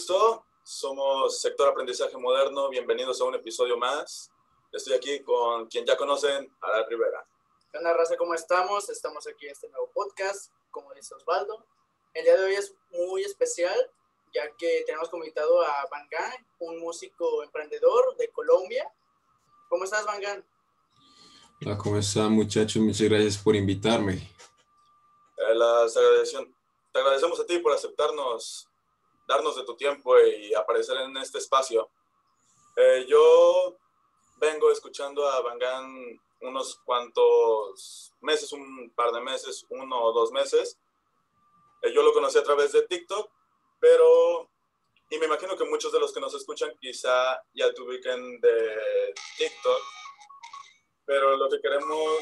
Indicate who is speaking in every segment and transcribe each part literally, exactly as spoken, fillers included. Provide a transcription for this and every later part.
Speaker 1: gusto. Somos Sector Aprendizaje Moderno. Bienvenidos a un episodio más. Estoy aquí con quien ya conocen, Arad Rivera.
Speaker 2: ¿Qué onda, raza? ¿Cómo estamos? Estamos aquí en este nuevo podcast, como dice Osvaldo. El día de hoy es muy especial, ya que tenemos como invitado a Vangan, un músico emprendedor de Colombia. ¿Cómo estás, Vangan?
Speaker 3: Hola, ¿cómo están, muchachos? Muchas gracias por invitarme.
Speaker 1: Eh, las agradecen- te agradecemos a ti por aceptarnos, darnos de tu tiempo y aparecer en este espacio. Eh, yo vengo escuchando a Vangan unos cuantos meses, un par de meses, uno o dos meses. Eh, yo lo conocí a través de TikTok, pero, y me imagino que muchos de los que nos escuchan quizá ya te ubiquen de TikTok, pero lo que queremos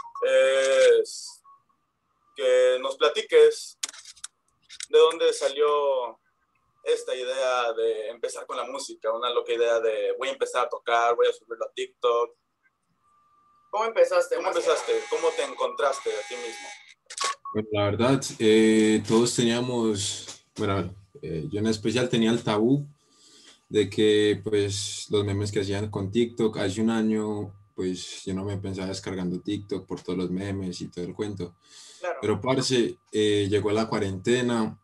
Speaker 1: es que nos platiques de dónde salió esta idea de empezar con la música, una loca idea de voy a empezar a tocar, voy a subirlo a TikTok.
Speaker 2: ¿Cómo empezaste?
Speaker 1: ¿Cómo empezaste? ¿Cómo te encontraste a ti mismo?
Speaker 3: Bueno, la verdad, eh, todos teníamos, bueno, eh, yo en especial tenía el tabú de que pues los memes que hacían con TikTok hace un año, pues yo no me pensaba descargando TikTok por todos los memes y todo el cuento.
Speaker 2: Claro.
Speaker 3: Pero parce, eh, llegó la cuarentena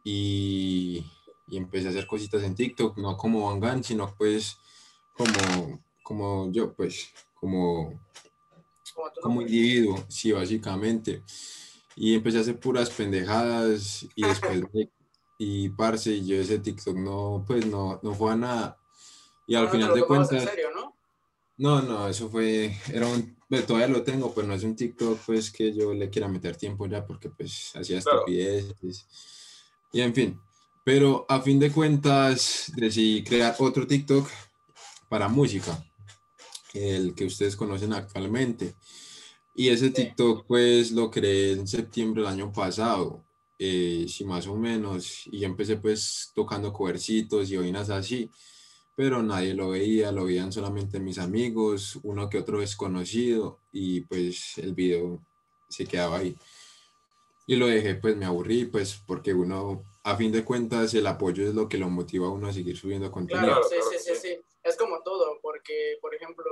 Speaker 3: y, y empecé a hacer cositas en TikTok, no como Vangan, sino pues como, como yo, pues como,
Speaker 2: Como tu
Speaker 3: como
Speaker 2: nombre.
Speaker 3: individuo, sí, básicamente. Y empecé a hacer puras pendejadas y después, me- y parce, yo ese TikTok no, pues no, no fue a nada. Y
Speaker 2: No,
Speaker 3: al
Speaker 2: no te
Speaker 3: final
Speaker 2: lo
Speaker 3: de
Speaker 2: tomabas en
Speaker 3: cuentas,
Speaker 2: serio, ¿no?
Speaker 3: no, no, eso fue, era un, pues, todavía lo tengo, pero no es un TikTok pues que yo le quiera meter tiempo ya porque pues hacía
Speaker 1: Claro.
Speaker 3: estupideces y en fin. Pero a fin de cuentas decidí crear otro TikTok para música, el que ustedes conocen actualmente. Y ese
Speaker 2: Sí.
Speaker 3: TikTok pues lo creé en septiembre del año pasado, eh, sí, más o menos, y empecé pues tocando covercitos y vainas así, pero nadie lo veía, lo veían solamente mis amigos, uno que otro desconocido, y pues el video se quedaba ahí. Y lo dejé, pues me aburrí, pues porque uno, a fin de cuentas, el apoyo es lo que lo motiva a uno a seguir subiendo contenido.
Speaker 2: Claro,
Speaker 1: Claro,
Speaker 2: sí,
Speaker 1: claro
Speaker 2: sí,
Speaker 1: que
Speaker 2: sí,
Speaker 1: sí.
Speaker 2: sí. Es como todo, porque, por ejemplo,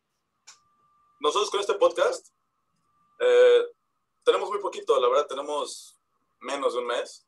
Speaker 1: Nosotros con este podcast eh, tenemos muy poquito, la verdad, tenemos menos de un mes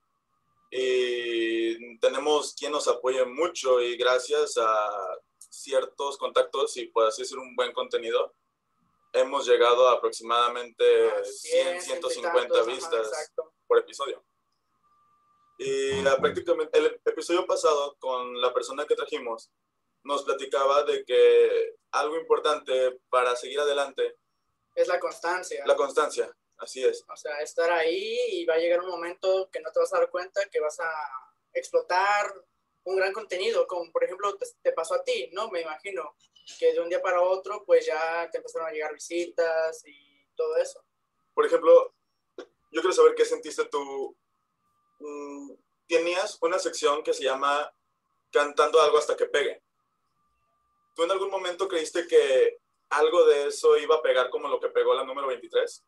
Speaker 1: y tenemos quien nos apoye mucho y gracias a ciertos contactos y por así decir un buen contenido, hemos llegado a aproximadamente
Speaker 2: a
Speaker 1: cien,
Speaker 2: cien, ciento y
Speaker 1: ciento cincuenta
Speaker 2: tantos, ajá,
Speaker 1: vistas
Speaker 2: exacto.
Speaker 1: por episodio. Y
Speaker 3: Ah,
Speaker 1: ah, prácticamente el episodio pasado con la persona que trajimos nos platicaba de que algo importante para seguir adelante,
Speaker 2: Es la constancia.
Speaker 1: la constancia, así es.
Speaker 2: O sea, estar ahí y va a llegar un momento que no te vas a dar cuenta que vas a explotar un gran contenido, como por ejemplo te, te pasó a ti, ¿no? Me imagino que de un día para otro pues ya te empezaron a llegar visitas y todo eso.
Speaker 1: Por ejemplo, yo quiero saber qué sentiste tú. Mm, tenías una sección que se llama Cantando algo hasta que pegue. ¿Tú en algún momento creíste que algo de eso iba a pegar como lo que pegó la número veintitrés?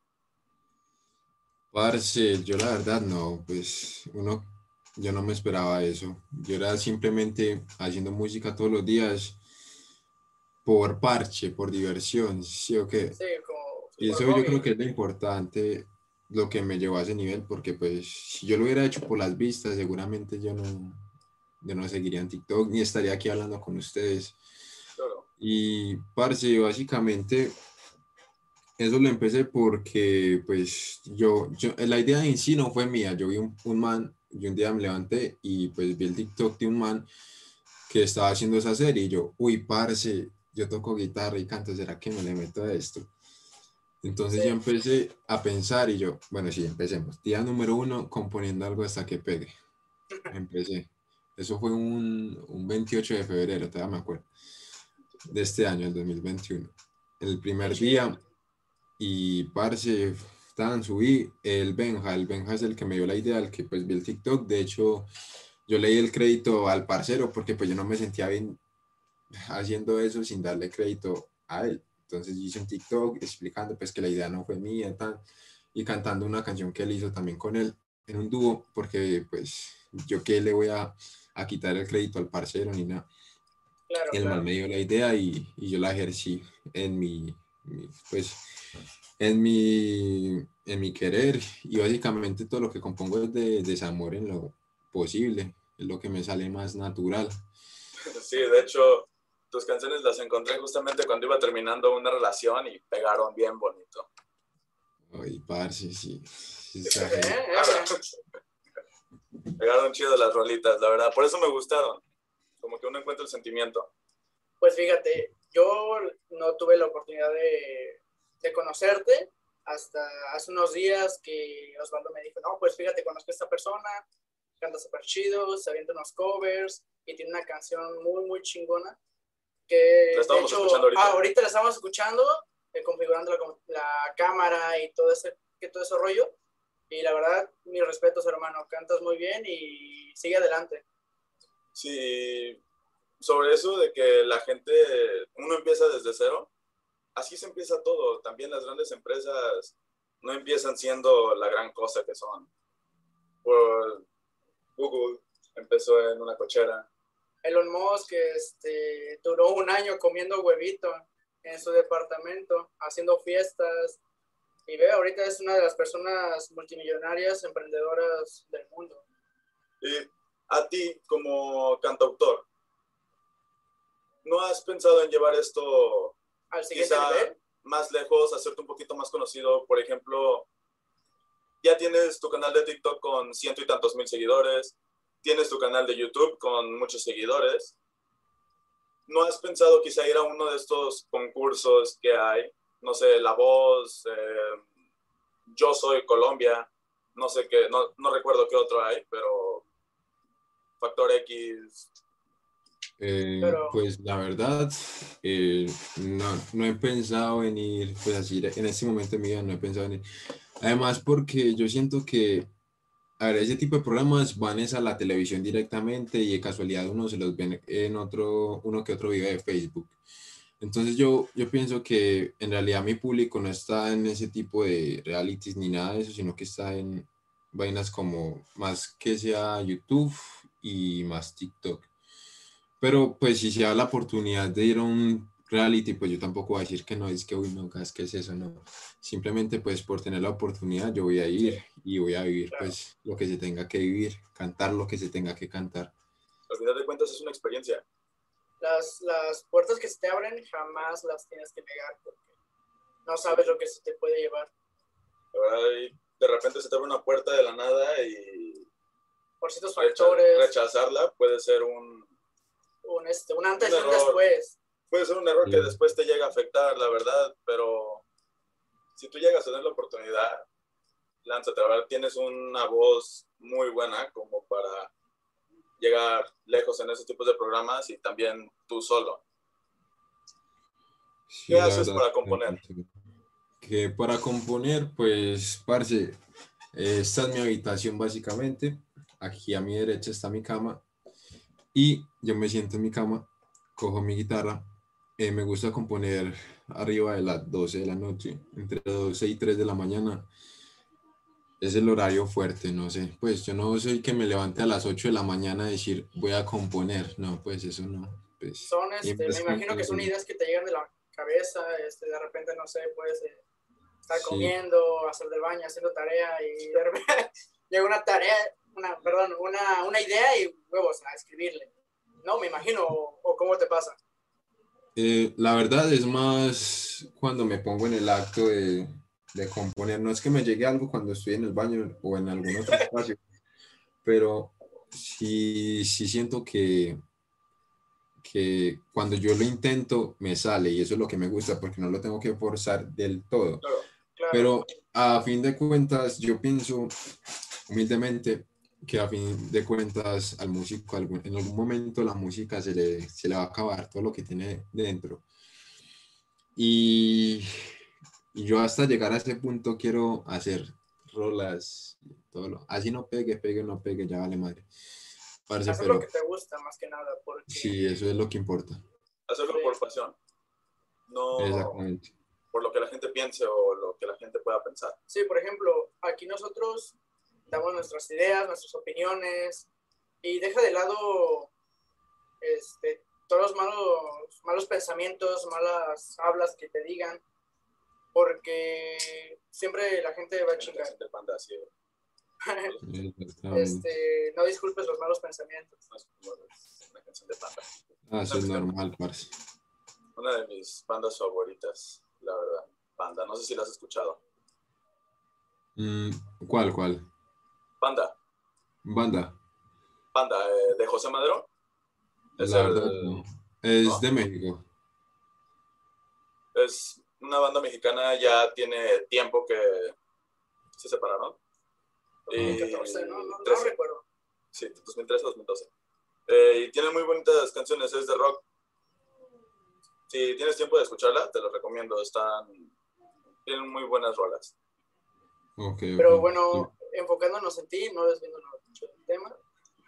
Speaker 3: parce, yo la verdad no, pues uno, yo no me esperaba eso. Yo era simplemente haciendo música todos los días por parche, por diversión, ¿sí o qué?
Speaker 2: Sí, como
Speaker 1: Sí,
Speaker 3: Y
Speaker 2: por
Speaker 3: eso yo creo
Speaker 2: hobby.
Speaker 3: que es lo importante, lo que me llevó a ese nivel, porque pues si yo lo hubiera hecho por las vistas, seguramente yo no, yo no seguiría en TikTok, ni estaría aquí hablando con ustedes.
Speaker 1: claro.
Speaker 3: Y parce, básicamente eso lo empecé porque pues yo, yo, la idea en sí no fue mía, yo vi un, un man, y un día me levanté y pues vi el TikTok de un man que estaba haciendo esa serie y yo, uy, parce, yo toco guitarra y canto, ¿será que me le meto a esto? Entonces
Speaker 2: Sí.
Speaker 3: yo empecé a pensar y yo, bueno, sí, empecemos. Día número uno, componiendo algo hasta que pegue. Empecé. Eso fue un, un veintiocho de febrero, todavía me acuerdo, de este año, el dos mil veintiuno. El
Speaker 2: Qué
Speaker 3: primer
Speaker 2: chido.
Speaker 3: día, y parce, tan subí el Benja. El Benja es el que me dio la idea, el que pues vi el TikTok. De hecho, yo leí el crédito al parcero porque pues yo no me sentía bien haciendo eso sin darle crédito a él. Entonces hice un TikTok explicando pues que la idea no fue mía tan, y cantando una canción que él hizo también con él. en un dúo, porque pues yo qué le voy a, a quitar el crédito al parcero ni nada.
Speaker 2: Claro,
Speaker 3: El
Speaker 2: claro.
Speaker 3: man me dio la idea y, y yo la ejercí en mi, mi, pues, en mi, en mi querer, y básicamente todo lo que compongo es de desamor en lo posible, es lo que me sale más natural.
Speaker 1: Sí, de hecho, tus canciones las encontré justamente cuando iba terminando una relación y pegaron bien bonito.
Speaker 3: Ay, parce, sí. sí
Speaker 2: Eh,
Speaker 3: está heavy.
Speaker 2: eh,
Speaker 1: Pegaron chido las rolitas, la verdad. Por eso me gustaron. Como que uno encuentra el sentimiento.
Speaker 2: Pues fíjate, yo no tuve la oportunidad de, de conocerte hasta hace unos días que Osvaldo me dijo, no, pues fíjate, conozco a esta persona, canta súper chido, se avienta unos covers y tiene una canción muy, muy chingona. Que
Speaker 1: La estábamos
Speaker 2: de hecho,
Speaker 1: escuchando ahorita.
Speaker 2: Ah, ahorita la estamos escuchando, eh, configurando la, la cámara y todo ese, que todo ese rollo. Y la verdad, mis respetos, hermano, cantas muy bien y sigue adelante.
Speaker 1: Sí, sobre eso de que la gente, uno empieza desde cero, así se empieza todo. También las grandes empresas no empiezan siendo la gran cosa que son. Por Google empezó en una cochera.
Speaker 2: Elon Musk este, duró un año comiendo huevito en su departamento, haciendo fiestas. Y ve, ahorita es una de las personas multimillonarias, emprendedoras del mundo.
Speaker 1: Y a ti, como cantautor, ¿no has pensado en llevar esto
Speaker 2: al siguiente
Speaker 1: quizá
Speaker 2: nivel?
Speaker 1: Más lejos, hacerte un poquito más conocido? Por ejemplo, ya tienes tu canal de TikTok con ciento y tantos mil seguidores, tienes tu canal de YouTube con muchos seguidores. ¿No has pensado quizá ir a uno de estos concursos que hay? No sé, La Voz, eh, Yo Soy Colombia, no sé qué, no, no recuerdo qué otro hay, pero Factor X.
Speaker 3: Eh,
Speaker 2: Pero,
Speaker 3: pues la verdad, eh, no, no he pensado en ir, pues así, en este momento de mi vida no he pensado en ir. Además, porque yo siento que, a ver, ese tipo de programas van es a la televisión directamente y de casualidad uno se los ve en otro, uno que otro video de Facebook. Entonces yo, yo pienso que en realidad mi público no está en ese tipo de realities ni nada de eso, sino que está en vainas como más que sea YouTube y más TikTok. Pero pues si se da la oportunidad de ir a un reality, pues yo tampoco voy a decir que no, es que, uy, no, gas, ¿qué es eso? No. Simplemente pues por tener la oportunidad yo voy a ir
Speaker 2: sí,
Speaker 3: y voy a vivir
Speaker 2: claro.
Speaker 3: pues lo que se tenga que vivir, cantar lo que se tenga que cantar.
Speaker 1: Al final de cuentas es una experiencia.
Speaker 2: Las, las puertas que se te abren jamás las tienes que negar porque no sabes lo que se te puede llevar.
Speaker 1: La verdad, de repente se te abre una puerta de la nada y
Speaker 2: Por ciertos
Speaker 1: recha
Speaker 2: factores.
Speaker 1: rechazarla puede ser un,
Speaker 2: un, este, un antes
Speaker 1: un
Speaker 2: y un
Speaker 1: error.
Speaker 2: después.
Speaker 1: Puede ser un error
Speaker 3: Sí.
Speaker 1: que después te llega a afectar, la verdad, pero si tú llegas a tener la oportunidad, lánzate. La verdad, tienes una voz muy buena como para llegar lejos en esos tipos de programas y también tú solo.
Speaker 3: Sí,
Speaker 1: ¿Qué
Speaker 3: la
Speaker 1: haces
Speaker 3: verdad.
Speaker 1: para componer?
Speaker 3: Que para componer, pues, parce, eh, esta es mi habitación básicamente. Aquí a mi derecha está mi cama y yo me siento en mi cama, cojo mi guitarra. Eh, me gusta componer arriba de las doce de la noche, entre doce y tres de la mañana. Es el horario fuerte, no sé. Pues yo no soy que me levante a las ocho de la mañana a decir voy a componer. No, pues eso no. Pues,
Speaker 2: Son,
Speaker 3: y
Speaker 2: este, me
Speaker 3: más
Speaker 2: imagino que son
Speaker 3: cuando-
Speaker 2: ideas que te llegan de la cabeza, este, de repente, no sé, puedes eh, estar
Speaker 3: sí,
Speaker 2: comiendo, hacer del baño, haciendo tarea y de repente llega una tarea, una, perdón, una, una idea y huevos a escribirle. No, me imagino, o, o cómo te pasa.
Speaker 3: Eh, la verdad es más cuando me pongo en el acto de, de componer. No es que me llegue algo cuando estoy en el baño o en algún otro espacio, pero sí, sí siento que, que cuando yo lo intento me sale y eso es lo que me gusta porque no lo tengo que forzar del todo.
Speaker 1: Claro.
Speaker 2: Claro.
Speaker 3: Pero a fin de cuentas yo pienso humildemente que a fin de cuentas al músico algún- en algún momento la música se le, se le va a acabar todo lo que tiene dentro. Y, y yo hasta llegar a ese punto quiero hacer rolas, todo lo, así no pegue, pegue, no pegue, ya vale madre. Parce,
Speaker 2: Hacer lo
Speaker 3: pero
Speaker 2: que te gusta más que nada,
Speaker 3: sí,
Speaker 2: porque
Speaker 3: eso es lo que importa.
Speaker 1: Hacerlo
Speaker 2: sí,
Speaker 1: por pasión, no
Speaker 3: Exactamente.
Speaker 1: por lo que la gente piense o lo que la gente pueda pensar.
Speaker 2: sí, por ejemplo, aquí nosotros damos nuestras ideas, nuestras opiniones y deja de lado este, todos los malos, malos pensamientos, malas hablas que te digan, porque siempre la gente va a chingar. Este, no disculpes los malos pensamientos.
Speaker 1: Una canción de Panda.
Speaker 3: Ah, eso es normal, parce.
Speaker 1: Una de mis bandas favoritas, la verdad. Panda, no sé si la has escuchado.
Speaker 3: Mm, ¿Cuál, cuál?
Speaker 1: Panda.
Speaker 3: Banda.
Speaker 1: Panda, eh, de José Madero. Es
Speaker 3: La
Speaker 1: el,
Speaker 3: verdad, no. Es
Speaker 1: ¿no?
Speaker 3: de México.
Speaker 1: Es una banda mexicana, ya tiene tiempo que se separaron.
Speaker 2: dos mil catorce, no, no, no
Speaker 1: trece.
Speaker 2: recuerdo.
Speaker 1: Sí, dos mil trece, dos mil doce. Eh, y tiene muy bonitas canciones, es de rock. Si tienes tiempo de escucharla, te lo recomiendo. Están, tienen muy buenas rolas.
Speaker 3: Okay,
Speaker 2: Pero
Speaker 3: okay.
Speaker 2: bueno, sí. Enfocándonos en ti, no desviándonos mucho del tema.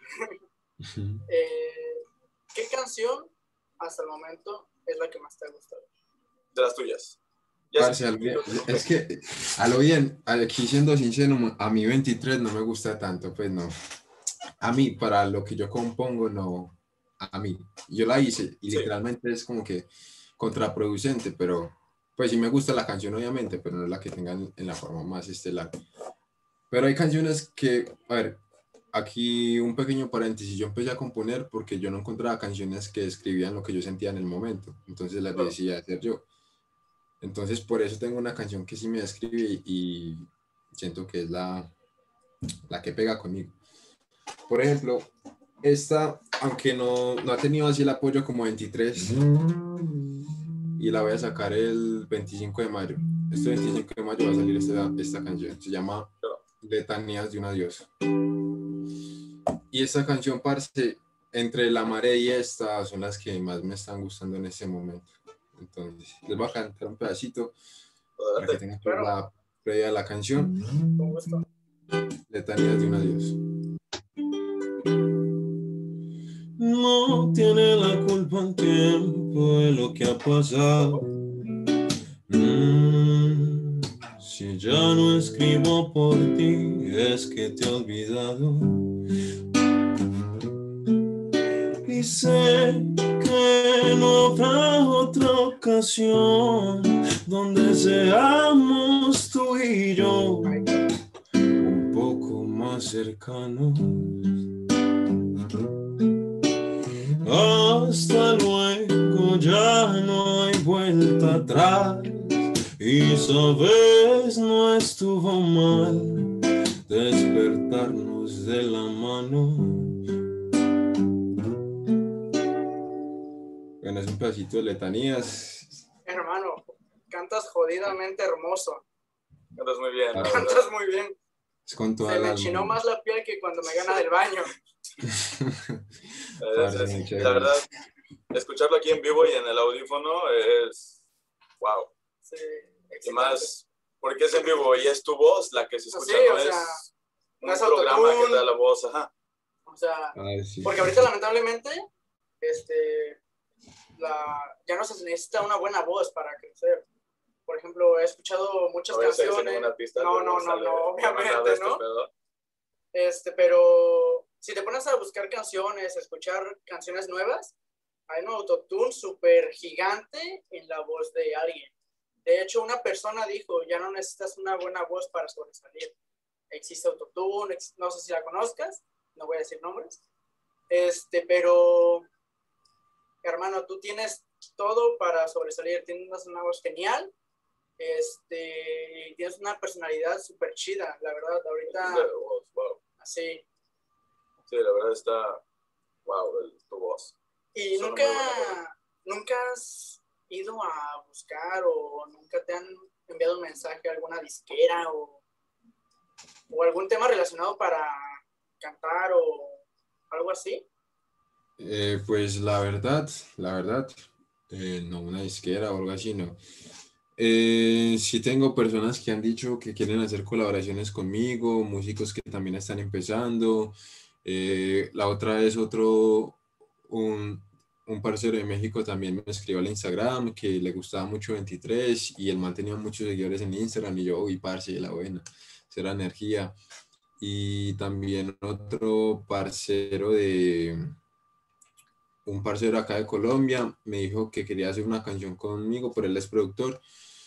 Speaker 2: eh, ¿Qué canción hasta el momento es la que más te ha gustado?
Speaker 1: De las tuyas. Ya
Speaker 3: Parce, a lo bien, es que a lo bien, aquí siendo sincero, a mi veintitrés no me gusta tanto, pues no. A mí, para lo que yo compongo, no. A mí. Yo la hice y
Speaker 1: sí.
Speaker 3: Literalmente es como que contraproducente, pero pues sí me gusta la canción, obviamente, pero no es la que tengan en la forma más estelar. Pero hay canciones que, a ver, aquí un pequeño paréntesis, yo empecé a componer porque yo no encontraba canciones que describían lo que yo sentía en el momento, entonces las
Speaker 1: Claro.
Speaker 3: decidí hacer yo. Entonces por eso tengo una canción que sí me describe y siento que es la, la que pega conmigo. Por ejemplo, esta, aunque no, no ha tenido así el apoyo como veintitrés, y la voy a sacar el veinticinco de mayo. Este veinticinco de mayo va a salir esta, esta canción, se llama Letanías de un adiós. Y esta canción, parce, entre La Marea y esta son las que más me están gustando en este momento. Entonces, les voy a cantar un pedacito para que tengan
Speaker 2: claro.
Speaker 3: la previa de la canción.
Speaker 2: Con gusto.
Speaker 3: Letanías de un adiós.
Speaker 4: No tiene la culpa el tiempo de lo que ha pasado. Mm, si ya no escribo por ti, es que te he olvidado. Y sé que no habrá otra ocasión donde seamos tú y yo un poco más cercanos. Hasta luego, ya no hay vuelta atrás. Y sabes, no estuvo mal despertarnos de la mano.
Speaker 3: Bueno, es un pedacito de Letanías.
Speaker 2: Hermano, cantas jodidamente hermoso.
Speaker 1: Cantas muy bien.
Speaker 3: Claro.
Speaker 2: Cantas muy bien.
Speaker 3: Es con toda
Speaker 2: Se
Speaker 3: la
Speaker 2: me
Speaker 3: alma.
Speaker 2: chinó más la piel que cuando me gana del baño.
Speaker 3: Parce,
Speaker 1: es,
Speaker 3: muy
Speaker 1: es, la verdad, escucharlo aquí en vivo y en el audífono es wow.
Speaker 2: Sí,
Speaker 1: y más porque es en vivo y es tu voz la que se escucha,
Speaker 2: sí,
Speaker 1: no
Speaker 2: o
Speaker 1: es
Speaker 2: sea,
Speaker 1: un
Speaker 2: no es
Speaker 1: programa
Speaker 2: autotune.
Speaker 1: que te da la voz, ajá.
Speaker 2: O sea,
Speaker 3: Ay, sí.
Speaker 2: porque ahorita lamentablemente este, la, ya no se necesita una buena voz para crecer. Por ejemplo, he escuchado muchas
Speaker 1: No
Speaker 2: canciones.
Speaker 1: Artista,
Speaker 2: no, no, no, no, obviamente, ¿no? Este, pero si te pones a buscar canciones, a escuchar canciones nuevas, hay un autotune súper gigante en la voz de alguien. De hecho, una persona dijo, ya no necesitas una buena voz para sobresalir. Existe autotune, ex- no sé si la conozcas, no voy a decir nombres. Este, pero, hermano, tú tienes todo para sobresalir. Tienes una voz genial, este, y tienes una personalidad súper chida, la verdad. Ahorita,
Speaker 1: wow.
Speaker 2: así.
Speaker 1: Sí, la verdad está, wow, el, tu voz.
Speaker 2: Y nunca, nunca has ido a buscar o nunca te han enviado un mensaje a alguna disquera o, o algún tema relacionado para cantar o algo así.
Speaker 3: Eh, pues la verdad, la verdad, eh, no, una disquera o algo así, no. Eh, sí tengo personas que han dicho que quieren hacer colaboraciones conmigo, músicos que también están empezando. Eh, la otra es otro, un, un parcero de México también me escribió al Instagram que le gustaba mucho veintitrés y el man tenía muchos seguidores en Instagram y yo, uy, parce, la buena, será energía. Y también otro parcero de, un parcero acá de Colombia me dijo que quería hacer una canción conmigo, pero él es productor.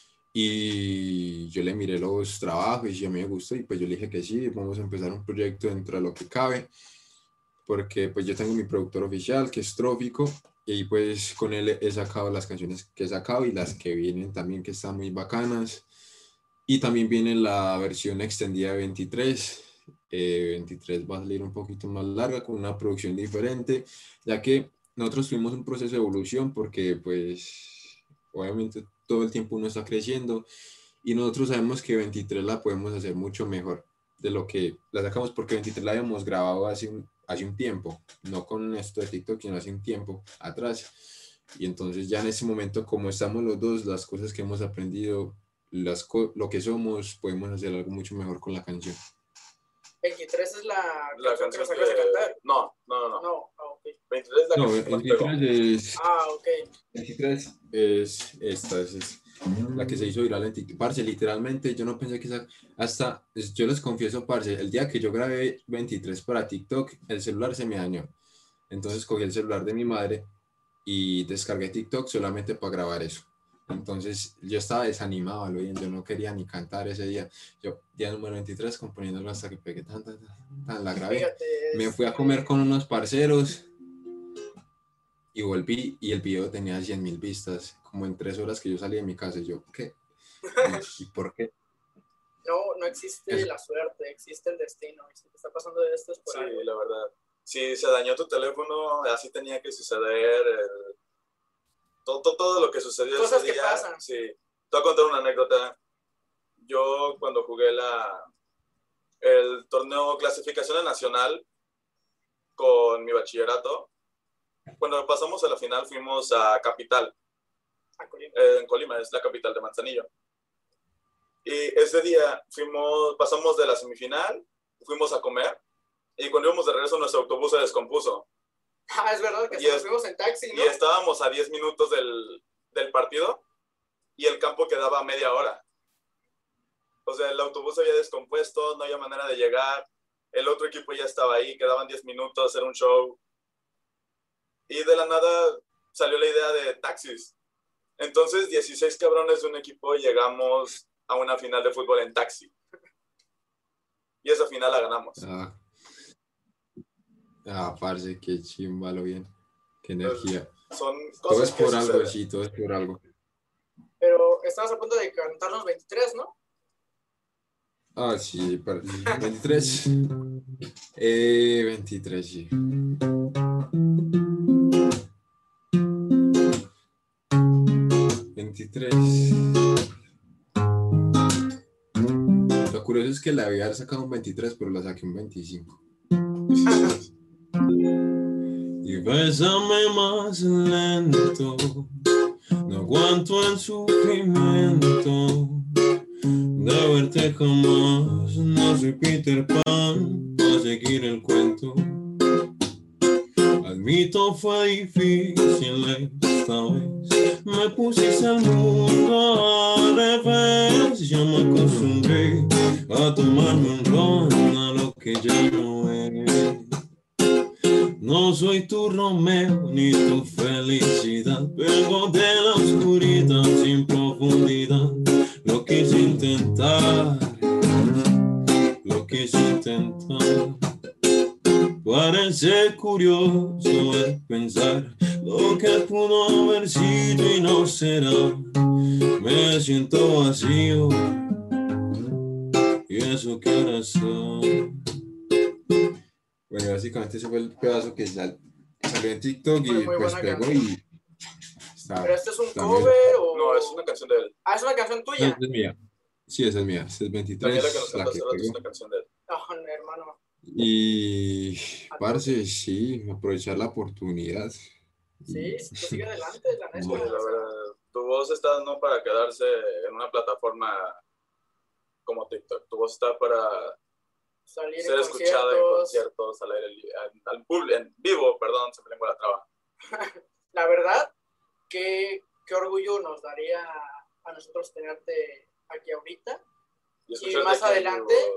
Speaker 3: Y yo le miré los trabajos y a mí me gustó y pues yo le dije que sí, vamos a empezar un proyecto dentro de lo que cabe, porque pues yo tengo mi productor oficial que es Trófico y pues con él he sacado las canciones que he sacado y las que vienen también que están muy bacanas. Y también viene la versión extendida de veintitrés. Eh, veintitrés va a salir un poquito más larga, con una producción diferente, ya que nosotros tuvimos un proceso de evolución porque pues obviamente todo el tiempo uno está creciendo y nosotros sabemos que veintitrés la podemos hacer mucho mejor de lo que la sacamos, porque veintitrés la habíamos grabado hace un, hace un tiempo, no con esto de TikTok, sino hace un tiempo atrás. Y entonces ya en ese momento, como estamos los dos, las cosas que hemos aprendido, las co- lo que somos, podemos hacer algo mucho mejor con la canción.
Speaker 2: veintitrés es la,
Speaker 1: La
Speaker 2: canción que
Speaker 1: canción
Speaker 2: nos acabas de
Speaker 1: que-
Speaker 2: cantar.
Speaker 1: No, no, no, no.
Speaker 2: No, ah, ok.
Speaker 1: veintitrés es la
Speaker 3: No,
Speaker 1: canción que más pegó.
Speaker 3: veintitrés es,
Speaker 2: Ah, ok.
Speaker 3: veintitrés es esta, es, es la que se hizo viral en TikTok. Parce, literalmente yo no pensé que esa, hasta, es- yo les confieso, parce, el día que yo grabé veintitrés para TikTok, el celular se me dañó. Entonces cogí el celular de mi madre y descargué TikTok solamente para grabar eso. Entonces yo estaba desanimado, lo bien, yo no quería ni cantar ese día. Yo, día número veintitrés, componiéndolo hasta que pegué tan, tan, tan, tan, la grabé.
Speaker 2: Fíjate,
Speaker 3: Me fui a comer con unos parceros y volví y el video tenía cien mil vistas, como en tres horas que yo salí de mi casa. Y yo, ¿qué? ¿Y, y por qué?
Speaker 2: no, no existe
Speaker 3: Eso.
Speaker 2: la suerte, existe el destino. Y si te está pasando esto es por
Speaker 1: Sí,
Speaker 2: algo.
Speaker 1: la verdad. Si se dañó tu teléfono, así tenía que suceder. el- todo, todo, todo lo que sucedió
Speaker 2: Cosas
Speaker 1: ese
Speaker 2: que
Speaker 1: día.
Speaker 2: pasan.
Speaker 1: Sí. Te voy a contar una anécdota. Yo cuando jugué la, el torneo clasificación nacional con mi bachillerato, cuando pasamos a la final fuimos a Capital,
Speaker 2: A Colima.
Speaker 1: eh, en Colima, es la capital de Manzanillo. Y ese día fuimos, pasamos de la semifinal, fuimos a comer, y cuando íbamos de regreso nuestro autobús se descompuso.
Speaker 2: Ah, es verdad que
Speaker 1: Y
Speaker 2: hasta nos
Speaker 1: es-
Speaker 2: fuimos en taxi,
Speaker 1: Y
Speaker 2: ¿no?
Speaker 1: estábamos a diez minutos del, del partido y el campo quedaba a media hora. O sea, el autobús se había descompuesto, no había manera de llegar. El otro equipo ya estaba ahí, quedaban diez minutos, era un show. Y de la nada salió la idea de taxis. Entonces, dieciséis cabrones de un equipo llegamos a una final de fútbol en taxi. Y esa final la ganamos.
Speaker 3: Ah, ah, parce, qué chimba, lo bien. Qué energía.
Speaker 1: Son
Speaker 3: Todo
Speaker 1: cosas
Speaker 3: es
Speaker 1: que
Speaker 3: por algo,
Speaker 1: suceden.
Speaker 3: sí, todo es por algo.
Speaker 2: Pero estabas a punto de cantarnos veintitrés, ¿no?
Speaker 3: Ah, sí, par- veintitrés. Eh, veintitrés, sí. veintitrés. Lo curioso es que la había sacado un veintitrés, pero la saqué un veinticinco.
Speaker 4: Y bésame más lento, no aguanto el sufrimiento de verte jamás. No soy Peter Pan para seguir el cuento. Admito fue difícil esta vez, me pusiste al mundo al revés. Ya me acostumbré a tomarme un ron a lo que ya no es. No soy tu Romeo ni tu felicidad, vengo de la oscuridad sin profundidad. Lo quise intentar, lo quise intentar. Parece curioso el pensar lo que pudo haber sido y no será. Me siento vacío y eso que ahora soy.
Speaker 3: Bueno, básicamente ese fue el pedazo que sal- salió en TikTok
Speaker 2: Fue
Speaker 3: y
Speaker 2: muy
Speaker 3: pues
Speaker 2: buena
Speaker 3: pegó
Speaker 2: canción.
Speaker 3: y está,
Speaker 2: ¿Pero este es un
Speaker 3: está muy-
Speaker 2: cover o...?
Speaker 1: No, es una canción de él.
Speaker 2: Ah, es una canción
Speaker 3: No,
Speaker 2: tuya.
Speaker 3: esa es mía. Sí, esa es mía. Esa es
Speaker 1: Daniela, que nos
Speaker 3: veintitrés, la
Speaker 1: canta
Speaker 3: que
Speaker 1: hace rato, es
Speaker 3: pegó.
Speaker 1: una canción de él.
Speaker 2: No, no, hermano.
Speaker 3: Y, parce, sí, aprovechar la oportunidad.
Speaker 2: Sí, sí, pues sigue adelante, la neta.
Speaker 1: Sí,
Speaker 3: Bueno,
Speaker 1: la
Speaker 2: o sea,
Speaker 1: verdad. Tu voz está no para quedarse en una plataforma como TikTok. Tu voz está para
Speaker 2: salir
Speaker 1: ser
Speaker 2: en
Speaker 1: escuchada en
Speaker 2: conciertos.
Speaker 1: conciertos, al aire li- al, al público, en vivo, perdón, se me lengua la traba.
Speaker 2: La verdad, qué, qué orgullo nos daría a nosotros tenerte aquí ahorita.
Speaker 1: Y,
Speaker 2: Y
Speaker 1: escucharte
Speaker 2: más
Speaker 1: aquí en
Speaker 2: adelante,
Speaker 1: vivo,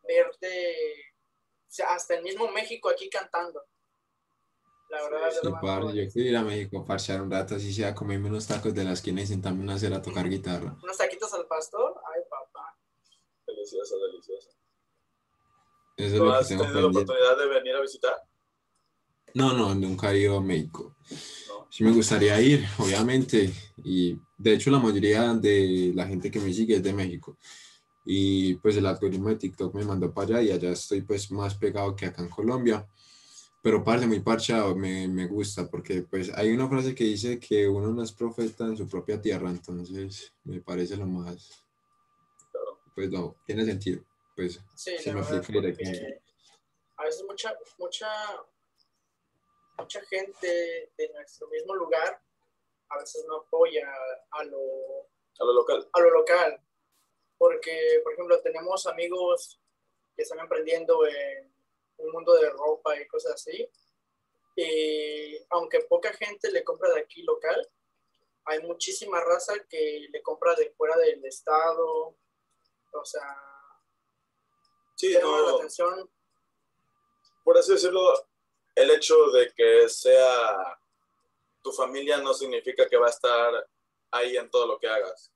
Speaker 2: verte, o sea, hasta el mismo México aquí cantando. La verdad,
Speaker 3: Sí,
Speaker 2: hermano,
Speaker 3: parce, yo
Speaker 2: es-
Speaker 3: quiero ir a México a parchar un rato, así sea, comerme unos tacos de la esquina y sentarme una cera a tocar guitarra.
Speaker 2: unos taquitos al pastor, ay, papá.
Speaker 1: Delicioso, delicioso.
Speaker 3: Eso es
Speaker 1: ¿No
Speaker 3: lo que
Speaker 1: has
Speaker 3: tengo
Speaker 1: tenido la
Speaker 3: pendiente.
Speaker 1: oportunidad de venir a visitar?
Speaker 3: No, no, nunca he ido a México.
Speaker 1: No.
Speaker 3: Sí me gustaría ir, obviamente, y de hecho la mayoría de la gente que me sigue es de México. Y pues el algoritmo de TikTok me mandó para allá y allá estoy pues más pegado que acá en Colombia. Pero parce, muy parchado, me, me gusta porque pues hay una frase que dice que uno no es profeta en su propia tierra, entonces me parece lo más, pues no, tiene sentido, pues
Speaker 2: Sí,
Speaker 3: se
Speaker 2: la
Speaker 3: me
Speaker 2: verdad,
Speaker 3: aplica directamente.
Speaker 2: porque a veces mucha, mucha, mucha gente de nuestro mismo lugar a veces no apoya a lo,
Speaker 1: A lo local.
Speaker 2: a lo local. Porque, por ejemplo, tenemos amigos que están emprendiendo en un mundo de ropa y cosas así. Y aunque poca gente le compra de aquí local, hay muchísima raza que le compra de fuera del estado. O sea,
Speaker 1: Sí,
Speaker 2: llama la
Speaker 1: no,
Speaker 2: atención.
Speaker 1: por así decirlo, el hecho de que sea tu familia no significa que va a estar ahí en todo lo que hagas.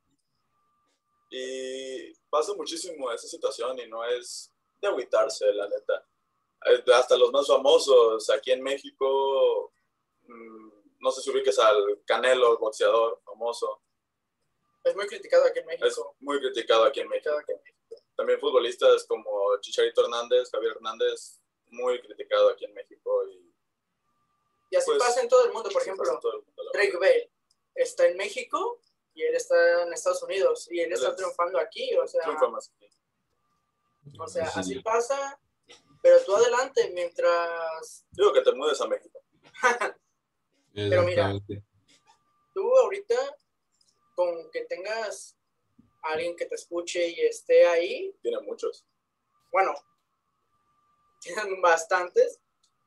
Speaker 1: Y pasa muchísimo esa situación y no es de agüitarse, la neta. Eh, Hasta los más famosos aquí en México, mm, no sé si ubiques al Canelo, el boxeador famoso,
Speaker 2: Es muy criticado aquí en
Speaker 1: es
Speaker 2: México.
Speaker 1: muy criticado aquí en
Speaker 2: Criticado
Speaker 1: México.
Speaker 2: aquí en México.
Speaker 1: También futbolistas como Chicharito Hernández, Javier Hernández, muy criticado aquí en México. Y,
Speaker 2: Y así
Speaker 1: pues,
Speaker 2: pasa en todo el mundo. Por
Speaker 1: sí,
Speaker 2: ejemplo,
Speaker 1: pasa en todo el mundo, la
Speaker 2: Drake
Speaker 1: verdad.
Speaker 2: Bell está en México y él está en Estados Unidos y él
Speaker 1: Él
Speaker 2: está
Speaker 1: es-
Speaker 2: triunfando aquí. O sea,
Speaker 1: Triunfa más aquí.
Speaker 2: o sea,
Speaker 3: Sí,
Speaker 2: así pasa, pero tú adelante mientras...
Speaker 1: Digo que te mudes a México.
Speaker 2: Pero mira,
Speaker 3: exactamente.
Speaker 2: tú ahorita con que tengas a alguien que te escuche y esté ahí,
Speaker 1: Tiene muchos.
Speaker 2: bueno, tienen bastantes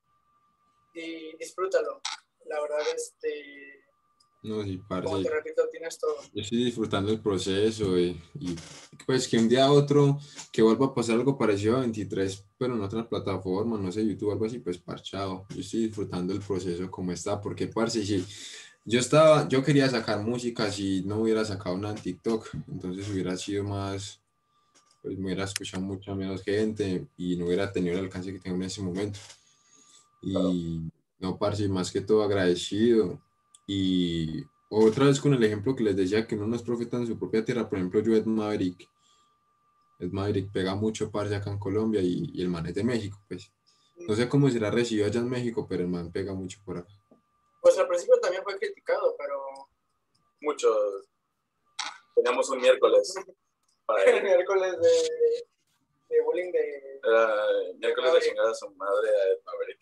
Speaker 2: y disfrútalo. La verdad, este,
Speaker 3: No, sí,
Speaker 2: como
Speaker 3: parce,
Speaker 2: te repito, tienes todo.
Speaker 3: yo estoy disfrutando el proceso y, y, pues que un día a otro que vuelva a pasar algo parecido a veintitrés, pero en otra plataforma, no sé, YouTube o algo así, pues parchado. Yo estoy disfrutando el proceso como está, porque parce, si yo estaba, yo quería sacar música si no hubiera sacado nada en TikTok, entonces hubiera sido más, pues me hubiera escuchado mucha menos gente y no hubiera tenido el alcance que tengo en ese momento. Y no, parce, más que todo agradecido. Y otra vez con el ejemplo que les decía que uno no es profeta en su propia tierra, por ejemplo, yo Ed Maverick, Ed Maverick pega mucho, parce, acá en Colombia y, y el man es de México, pues. No sé cómo será recibido allá en México, pero el man pega mucho por acá.
Speaker 2: Pues al principio también fue criticado, pero
Speaker 1: Muchos. Teníamos un miércoles para
Speaker 2: el
Speaker 1: él.
Speaker 2: miércoles de, de bullying de...
Speaker 1: Era el miércoles de chingar a su madre a Ed Maverick.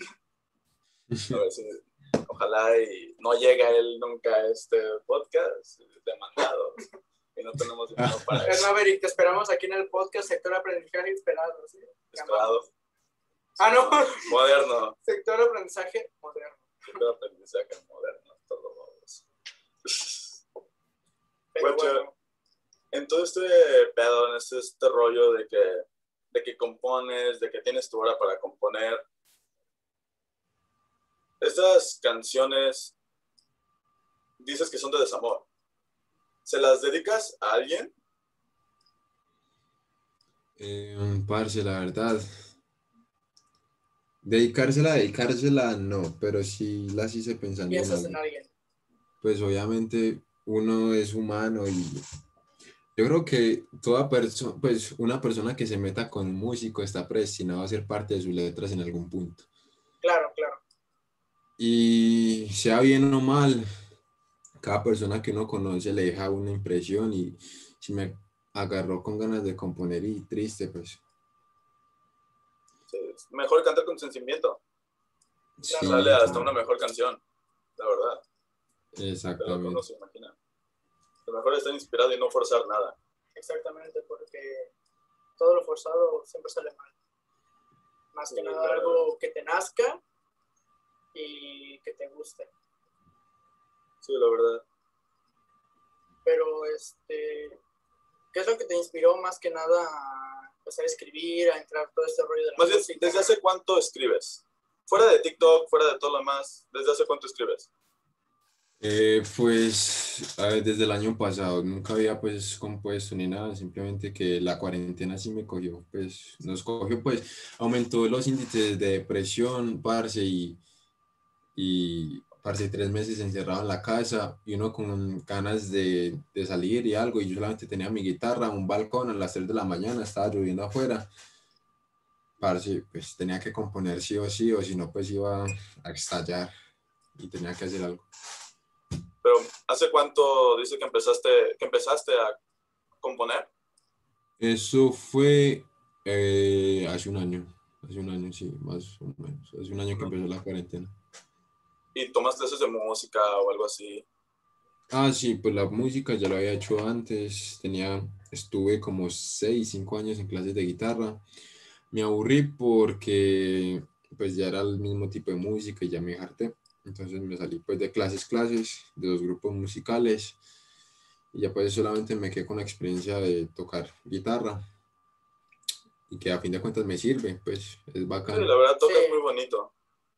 Speaker 1: A ver si, ojalá y no llega él nunca a este podcast demandado. Y no tenemos dinero para
Speaker 2: Ed
Speaker 1: eso.
Speaker 2: Maverick, te esperamos aquí en el podcast Sector Aprendizaje Esperado, ¿sí?
Speaker 1: Esperado.
Speaker 2: Ah, no,
Speaker 1: Moderno.
Speaker 2: Sector Aprendizaje Moderno.
Speaker 1: Sector aprendizaje moderno. Todo vamos.
Speaker 2: Pero
Speaker 1: Guacha,
Speaker 2: bueno,
Speaker 1: en todo este pedo, en este, este rollo de que, de que compones, de que tienes tu hora para componer, estas canciones dices que son de desamor. ¿Se las dedicas a alguien?
Speaker 3: Eh, parce, la verdad, dedicársela, dedicársela, no, pero sí las hice pensando en
Speaker 2: piensas en
Speaker 3: algo.
Speaker 2: alguien.
Speaker 3: Pues obviamente uno es humano y yo creo que toda persona, pues una persona que se meta con un músico está predestinado a ser parte de sus letras en algún punto.
Speaker 2: Claro, claro.
Speaker 3: Y sea bien o mal, cada persona que uno conoce le deja una impresión y si me agarró con ganas de componer y triste, pues
Speaker 1: Sí, es mejor cantar con sentimiento.
Speaker 3: sí,
Speaker 1: Sale hasta una mejor canción, la verdad, de lo que uno
Speaker 3: exactamente.
Speaker 1: se imagina. Lo mejor es estar inspirado y no forzar nada.
Speaker 2: Exactamente, porque todo lo forzado siempre sale mal. Más que
Speaker 1: Sí,
Speaker 2: nada
Speaker 1: la
Speaker 2: algo que te nazca y que te guste.
Speaker 1: Sí, la verdad.
Speaker 2: Pero, este, ¿qué es lo que te inspiró más que nada a, empezar a escribir, a entrar todo este rollo de la
Speaker 1: Más bien,
Speaker 2: música?
Speaker 1: ¿desde hace cuánto escribes? Fuera de TikTok, fuera de todo lo demás, ¿desde hace cuánto escribes?
Speaker 3: Eh, pues a ver, desde el año pasado nunca había pues compuesto ni nada, simplemente que la cuarentena sí me cogió, pues nos cogió, pues aumentó los índices de depresión, parce, y, y parce, tres meses encerrado en la casa y uno con ganas de, de salir y algo, y yo solamente tenía mi guitarra, un balcón a las tres de la mañana, estaba lloviendo afuera, parce, pues tenía que componer sí o sí, o si no pues iba a estallar y tenía que hacer algo.
Speaker 1: Pero ¿hace cuánto dice que empezaste, que empezaste a componer?
Speaker 3: Eso fue eh, hace un año, hace un año, sí, más o menos, hace un año que empezó la cuarentena.
Speaker 1: ¿Y tomas clases de música o algo así?
Speaker 3: Ah, sí, pues la música ya lo había hecho antes, tenía, estuve como seis, cinco años en clases de guitarra. Me aburrí porque pues ya era el mismo tipo de música y ya me harté. Entonces me salí pues de clases, clases, de dos grupos musicales y ya pues solamente me quedé con la experiencia de tocar guitarra y que a fin de cuentas me sirve, pues es
Speaker 1: Sí,
Speaker 3: bacán.
Speaker 1: la verdad tocas
Speaker 2: Sí.
Speaker 1: muy bonito.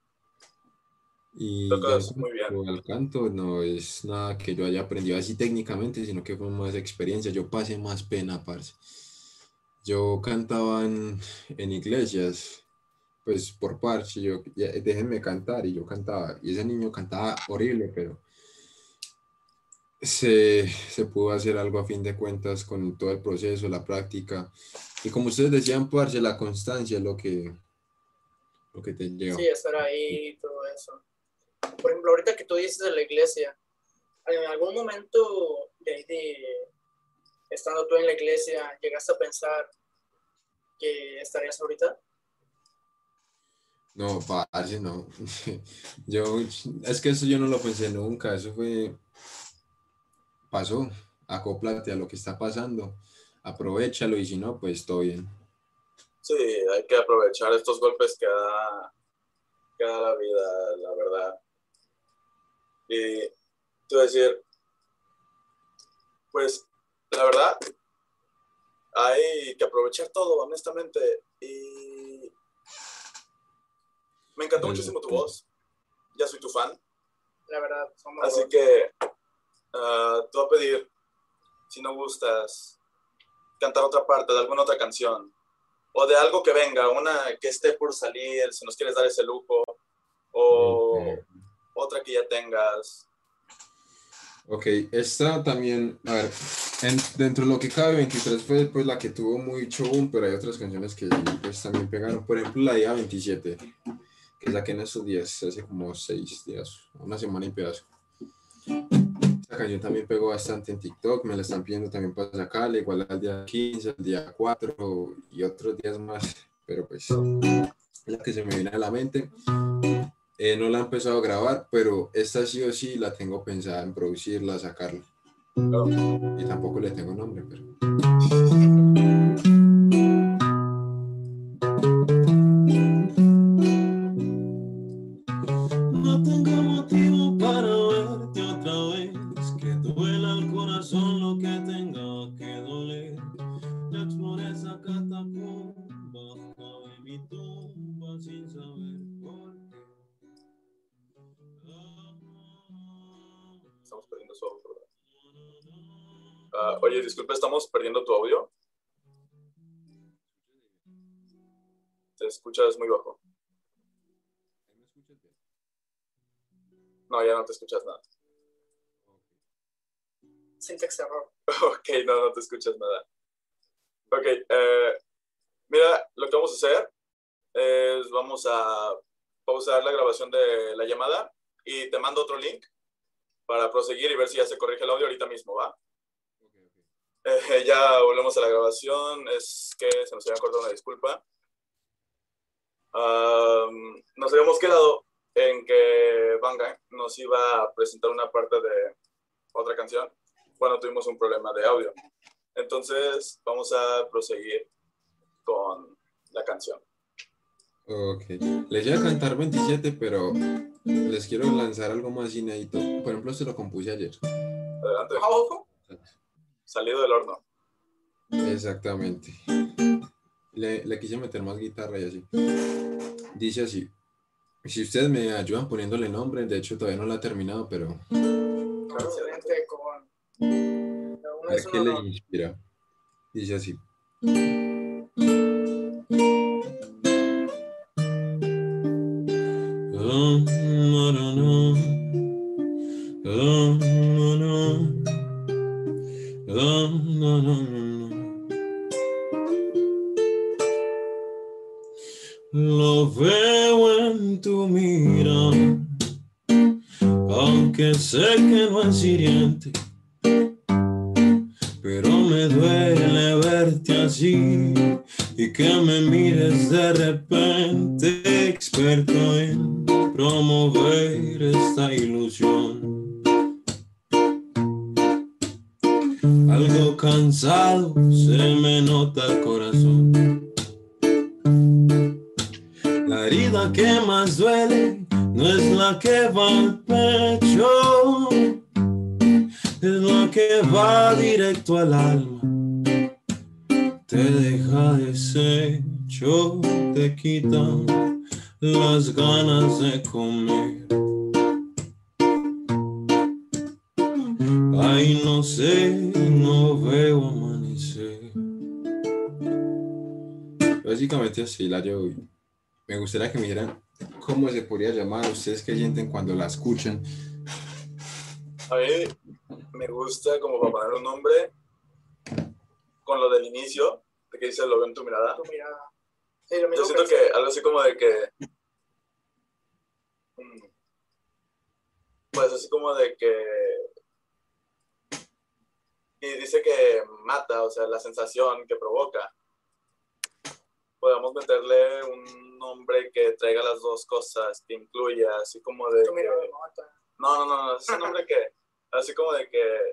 Speaker 3: Y ya en
Speaker 1: Tocas muy bien.
Speaker 3: cuanto al canto, no es nada que yo haya aprendido así técnicamente, sino que fue más experiencia. Yo pasé más pena, parce. Yo cantaba en, en iglesias, pues por parche, yo, ya, déjenme cantar, y yo cantaba. Y ese niño cantaba horrible, pero se, se pudo hacer algo a fin de cuentas con todo el proceso, la práctica. Y como ustedes decían, parce, la constancia es lo que, lo que te lleva.
Speaker 2: Sí, estar ahí y todo eso. Por ejemplo, ahorita que tú dices de la iglesia, ¿en algún momento de ahí de estando tú en la iglesia llegaste a pensar que estarías ahorita?
Speaker 3: No, parce, no. Yo, es que eso yo no lo pensé nunca, eso fue, pasó, acóplate a lo que está pasando, aprovéchalo y si no, pues todo bien.
Speaker 1: Sí, hay que aprovechar estos golpes que da, que da la vida, la verdad. Y te voy a decir, pues, la verdad, hay que aprovechar todo, honestamente. Y me encantó muchísimo tu voz. Ya soy tu fan.
Speaker 2: La verdad, somos
Speaker 1: Así
Speaker 2: dos.
Speaker 1: que uh, te voy a pedir, si no gustas, cantar otra parte de alguna otra canción. O de algo que venga, una que esté por salir, si nos quieres dar ese lujo. O
Speaker 3: Okay.
Speaker 1: otra que ya tengas.
Speaker 3: Ok, esta también, a ver, en- dentro de lo que cabe, veintitrés fue pues la que tuvo mucho boom, pero hay otras canciones que pues también pegaron, por ejemplo la día veintisiete, que saqué en estos días, hace como seis días, una semana y pedazo. Esta canción también pegó bastante en TikTok, me la están pidiendo también para sacarla, igual al día quince, al día cuatro y otros días más, pero pues es la que se me viene a la mente. Eh, no la he empezado a grabar, pero esta sí o sí la tengo pensada en producirla, sacarla.
Speaker 1: Claro.
Speaker 3: Y tampoco le tengo nombre, pero...
Speaker 4: No tengo motivo para verte otra vez, que duela el corazón lo que tenga que doler. Ya exploré esa catacumba, cabe mi tumba sin saber por qué.
Speaker 1: Estamos perdiendo su audio, ¿verdad? Uh, oye, disculpe, ¿estamos perdiendo tu audio? Te escuchas muy bajo. No, ya no te escuchas nada.
Speaker 2: Syntax error.
Speaker 1: Ok, no, no te escuchas nada. Ok, eh, mira, lo que vamos a hacer es vamos a pausar la grabación de la llamada y te mando otro link para proseguir y ver si ya se corrige el audio ahorita mismo, ¿va?
Speaker 3: Okay, okay.
Speaker 1: Eh, ya volvemos a la grabación. Es que se nos había cortado, una disculpa. Um, nos habíamos quedado en que Banga nos iba a presentar una parte de otra canción. Bueno, tuvimos un problema de audio. Entonces vamos a proseguir con la canción.
Speaker 3: Ok, les iba a cantar veintisiete, pero les quiero lanzar algo más inédito. Por ejemplo, se lo compuse ayer.
Speaker 1: Adelante.
Speaker 2: Ojo.
Speaker 1: Salido del horno.
Speaker 3: Exactamente. le, le quise meter más guitarra y así. Dice así, si ustedes me ayudan poniéndole nombre, de hecho todavía no la he terminado, pero
Speaker 2: Excelente, con...
Speaker 3: a ver qué le inspira. Dice así.
Speaker 4: Oh, no, no, no. Oh, no, no. Oh, no, no, no. Lo veo en tu mirada, aunque sé que no es hiriente, pero me duele verte así y que me mires de repente, experto en promover esta ilusión. Algo cansado se me nota el corazón. La herida que más duele no es la que va al pecho, es la que va directo al alma. Te deja deshecho, te quita las ganas de comer. Ay, no sé, no veo amanecer.
Speaker 3: Básicamente así la llevo. Me gustaría que me dijeran cómo se podría llamar, ustedes qué sienten cuando la escuchan.
Speaker 1: A mí me gusta como para poner un nombre con lo del inicio, de que dice lo veo en tu mirada.
Speaker 2: Tu mirada. Sí, lo mismo
Speaker 1: Yo siento
Speaker 2: pensé.
Speaker 1: que algo así como de que, mm, pues así como de que, y dice que mata, o sea, la sensación que provoca. Podemos meterle un nombre que traiga las dos cosas, que incluya, así como de
Speaker 2: Tu mirada
Speaker 1: que,
Speaker 2: me mata.
Speaker 1: no, no, no, no, es un nombre que, así como de que,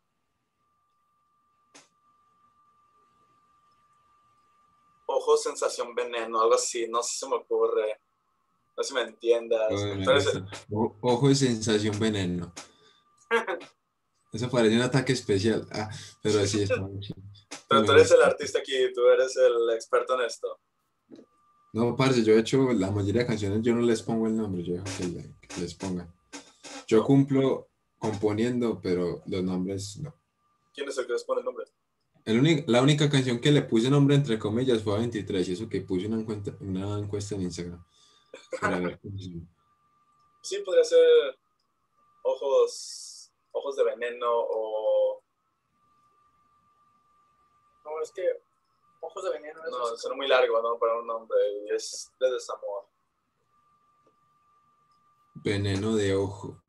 Speaker 1: ojos, sensación, veneno, algo así, no sé si se me ocurre, no sé si me entiendas.
Speaker 3: Uy, me
Speaker 1: Entonces,
Speaker 3: gusta. O- Ojo de sensación veneno. Eso parece un ataque especial. Ah, pero sí, está muy chido.
Speaker 1: pero
Speaker 3: Me
Speaker 1: tú eres el
Speaker 3: gusta.
Speaker 1: artista aquí, tú eres el experto en esto.
Speaker 3: No, parce, yo he hecho la mayoría de canciones, yo no les pongo el nombre, yo dejo que, le- que les pongan. Yo
Speaker 1: ¿No?
Speaker 3: cumplo componiendo, pero los nombres no.
Speaker 1: ¿Quién es el que les pone el nombre?
Speaker 3: El uni- la única canción que le puse nombre entre comillas fue a veintitrés, y eso que puse una encuesta, una encuesta en Instagram. Para ver cómo se llama.
Speaker 1: Sí, podría ser ojos, ojos de veneno o...
Speaker 2: No, es que ojos de veneno. Eso
Speaker 1: No,
Speaker 2: es
Speaker 1: suena muy largo, ¿no? Para un nombre y es de desamor.
Speaker 3: Veneno de ojo.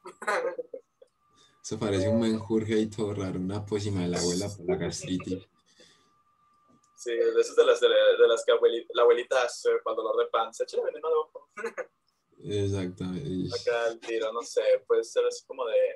Speaker 3: Eso parece un menjurje y todo raro, una pócima de la abuela por la gastritis.
Speaker 1: Sí, de esas de las, de, de las que abuelita, la abuelita hace cuando dolor de pan, se echa el veneno de ojo.
Speaker 3: Exactamente.
Speaker 1: Acá el tiro, no sé, puede ser así como de...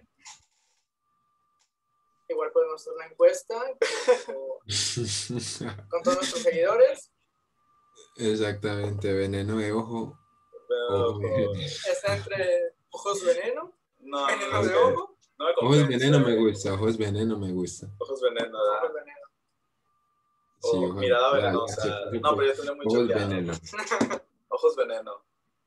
Speaker 2: Igual podemos hacer una encuesta o- con todos nuestros seguidores.
Speaker 3: Exactamente, veneno de ojo.
Speaker 1: Veneno
Speaker 3: Ojo
Speaker 1: de
Speaker 3: de
Speaker 1: ojo.
Speaker 3: veneno.
Speaker 2: Está entre ojos veneno,
Speaker 1: No, no,
Speaker 2: veneno
Speaker 1: no,
Speaker 2: de
Speaker 1: es que
Speaker 2: ojo,
Speaker 1: no me
Speaker 3: Ojos
Speaker 1: convence.
Speaker 3: veneno me gusta, ojos veneno me gusta.
Speaker 1: Ojos veneno,
Speaker 2: ojos
Speaker 1: ¿verdad?
Speaker 2: veneno.
Speaker 3: Sí,
Speaker 1: O
Speaker 3: ojos,
Speaker 1: mirada
Speaker 3: ya, ya,
Speaker 1: venenosa.
Speaker 3: se puso
Speaker 1: No,
Speaker 3: por-
Speaker 1: pero yo tenía muy
Speaker 3: ojos
Speaker 1: choteado.
Speaker 3: veneno.
Speaker 1: Ojos veneno.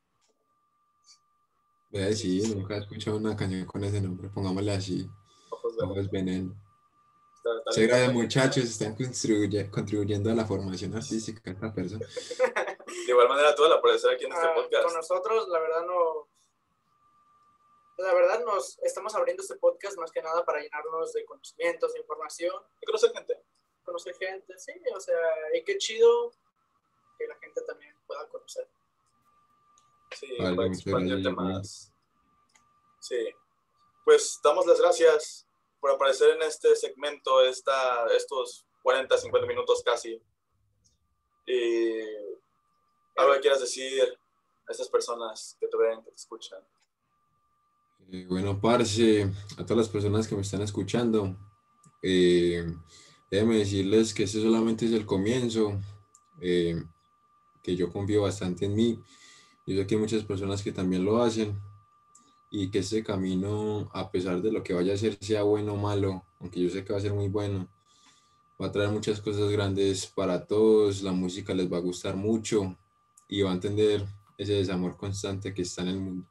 Speaker 3: Voy a decir, nunca he escuchado una canción con ese nombre, pongámosle así,
Speaker 1: Ojos veneno.
Speaker 3: ojos veneno.
Speaker 1: Está- está
Speaker 3: Se
Speaker 1: lindo.
Speaker 3: gracias muchachos, están contribuye- contribuyendo a la formación artística de esta persona.
Speaker 1: De igual manera, tú al aparecer aquí en este
Speaker 2: Ah,
Speaker 1: podcast.
Speaker 2: con nosotros, la verdad, no. La verdad, nos estamos abriendo este podcast más que nada para llenarnos de conocimientos, de información,
Speaker 1: Y conocer gente.
Speaker 2: conocer gente, sí, o sea, y qué chido que la gente también pueda conocer.
Speaker 1: Sí,
Speaker 3: Vale,
Speaker 1: para
Speaker 3: muchas
Speaker 1: expandirte
Speaker 3: gracias,
Speaker 1: más. Sí. Pues damos las gracias por aparecer en este segmento, esta, estos cuarenta, cincuenta minutos casi. Y algo que quieras decir a estas personas que te ven, que te escuchan.
Speaker 3: Eh, bueno, parce, a todas las personas que me están escuchando, eh, déjenme decirles que este solamente es el comienzo, eh, que yo confío bastante en mí. Yo sé que hay muchas personas que también lo hacen y que este camino, a pesar de lo que vaya a ser, sea bueno o malo, aunque yo sé que va a ser muy bueno, va a traer muchas cosas grandes para todos, la música les va a gustar mucho y va a entender ese desamor constante que está en el mundo.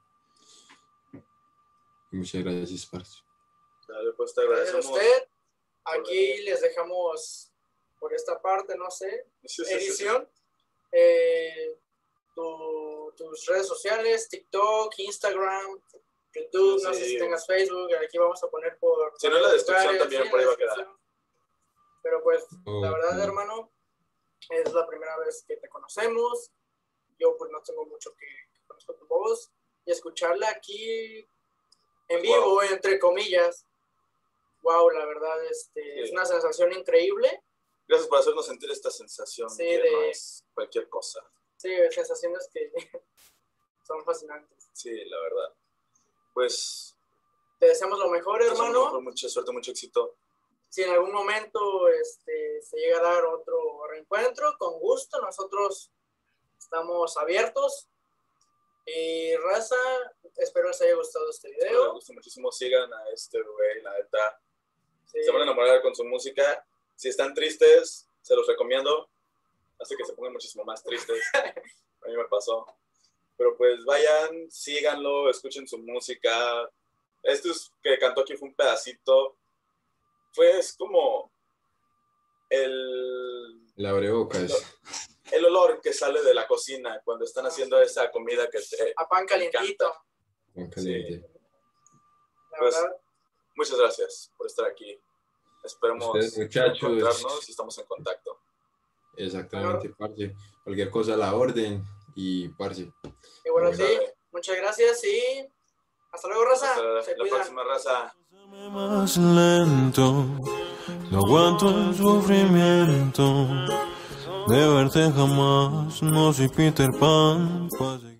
Speaker 3: Muchas gracias, parce.
Speaker 1: Dale, pues te
Speaker 2: Gracias a
Speaker 1: agradecemos.
Speaker 2: usted. Aquí les dejamos por esta parte, no sé,
Speaker 1: Sí, sí, sí,
Speaker 2: edición, eh, tu- tus redes sociales, TikTok, Instagram, YouTube, no sé
Speaker 1: Sí.
Speaker 2: si tengas Facebook, aquí vamos a poner por...
Speaker 1: Si no, en la descripción
Speaker 2: lugares,
Speaker 1: también
Speaker 2: sí,
Speaker 1: por ahí
Speaker 2: en la
Speaker 1: va a quedar.
Speaker 2: descripción. Pero pues, la verdad,
Speaker 3: Ok.
Speaker 2: hermano, es la primera vez que te conocemos. Yo pues no tengo mucho que, que conozco tu voz. Y escucharla aquí en vivo,
Speaker 1: Wow.
Speaker 2: entre comillas. Wow, la verdad, este,
Speaker 1: Sí.
Speaker 2: es una sensación increíble.
Speaker 1: Gracias por hacernos sentir esta sensación
Speaker 2: Sí,
Speaker 1: que
Speaker 2: de-
Speaker 1: no es cualquier cosa.
Speaker 2: Sí, sensaciones que son fascinantes.
Speaker 1: Sí, la verdad. Pues,
Speaker 2: Te deseamos lo mejor,
Speaker 1: nos vemos,
Speaker 2: hermano.
Speaker 1: con mucha suerte, mucho éxito.
Speaker 2: Si en algún momento este, se llega a dar otro reencuentro, con gusto, nosotros estamos abiertos. Y raza, espero les haya gustado este
Speaker 1: Me
Speaker 2: video.
Speaker 1: gusta muchísimo. Sigan a este güey, la neta.
Speaker 2: Sí.
Speaker 1: Se van a enamorar con su música. Si están tristes, se los recomiendo. Hace que se pongan muchísimo más tristes. A mí me pasó. Pero pues vayan, síganlo, escuchen su música. Esto es que cantó aquí fue un pedacito. Fue es como el,
Speaker 3: El abrebocas.
Speaker 1: el olor que sale de la cocina cuando están haciendo esa comida que te...
Speaker 2: A pan calientito.
Speaker 1: encanta.
Speaker 3: Con caliente.
Speaker 2: La
Speaker 1: Pues,
Speaker 2: verdad,
Speaker 1: Muchas gracias por estar aquí. Esperemos
Speaker 3: Ustedes, muchachos.
Speaker 1: encontrarnos y estamos en contacto.
Speaker 3: Exactamente, parce. Cualquier cosa a la orden y parce.
Speaker 2: y bueno, sí,
Speaker 1: Dale.
Speaker 2: muchas gracias y hasta luego, raza.
Speaker 1: Hasta
Speaker 2: Se
Speaker 1: la
Speaker 2: cuidan.
Speaker 1: próxima, raza.
Speaker 4: Más lento, no aguanto el sufrimiento de verte jamás. No soy Peter Pan.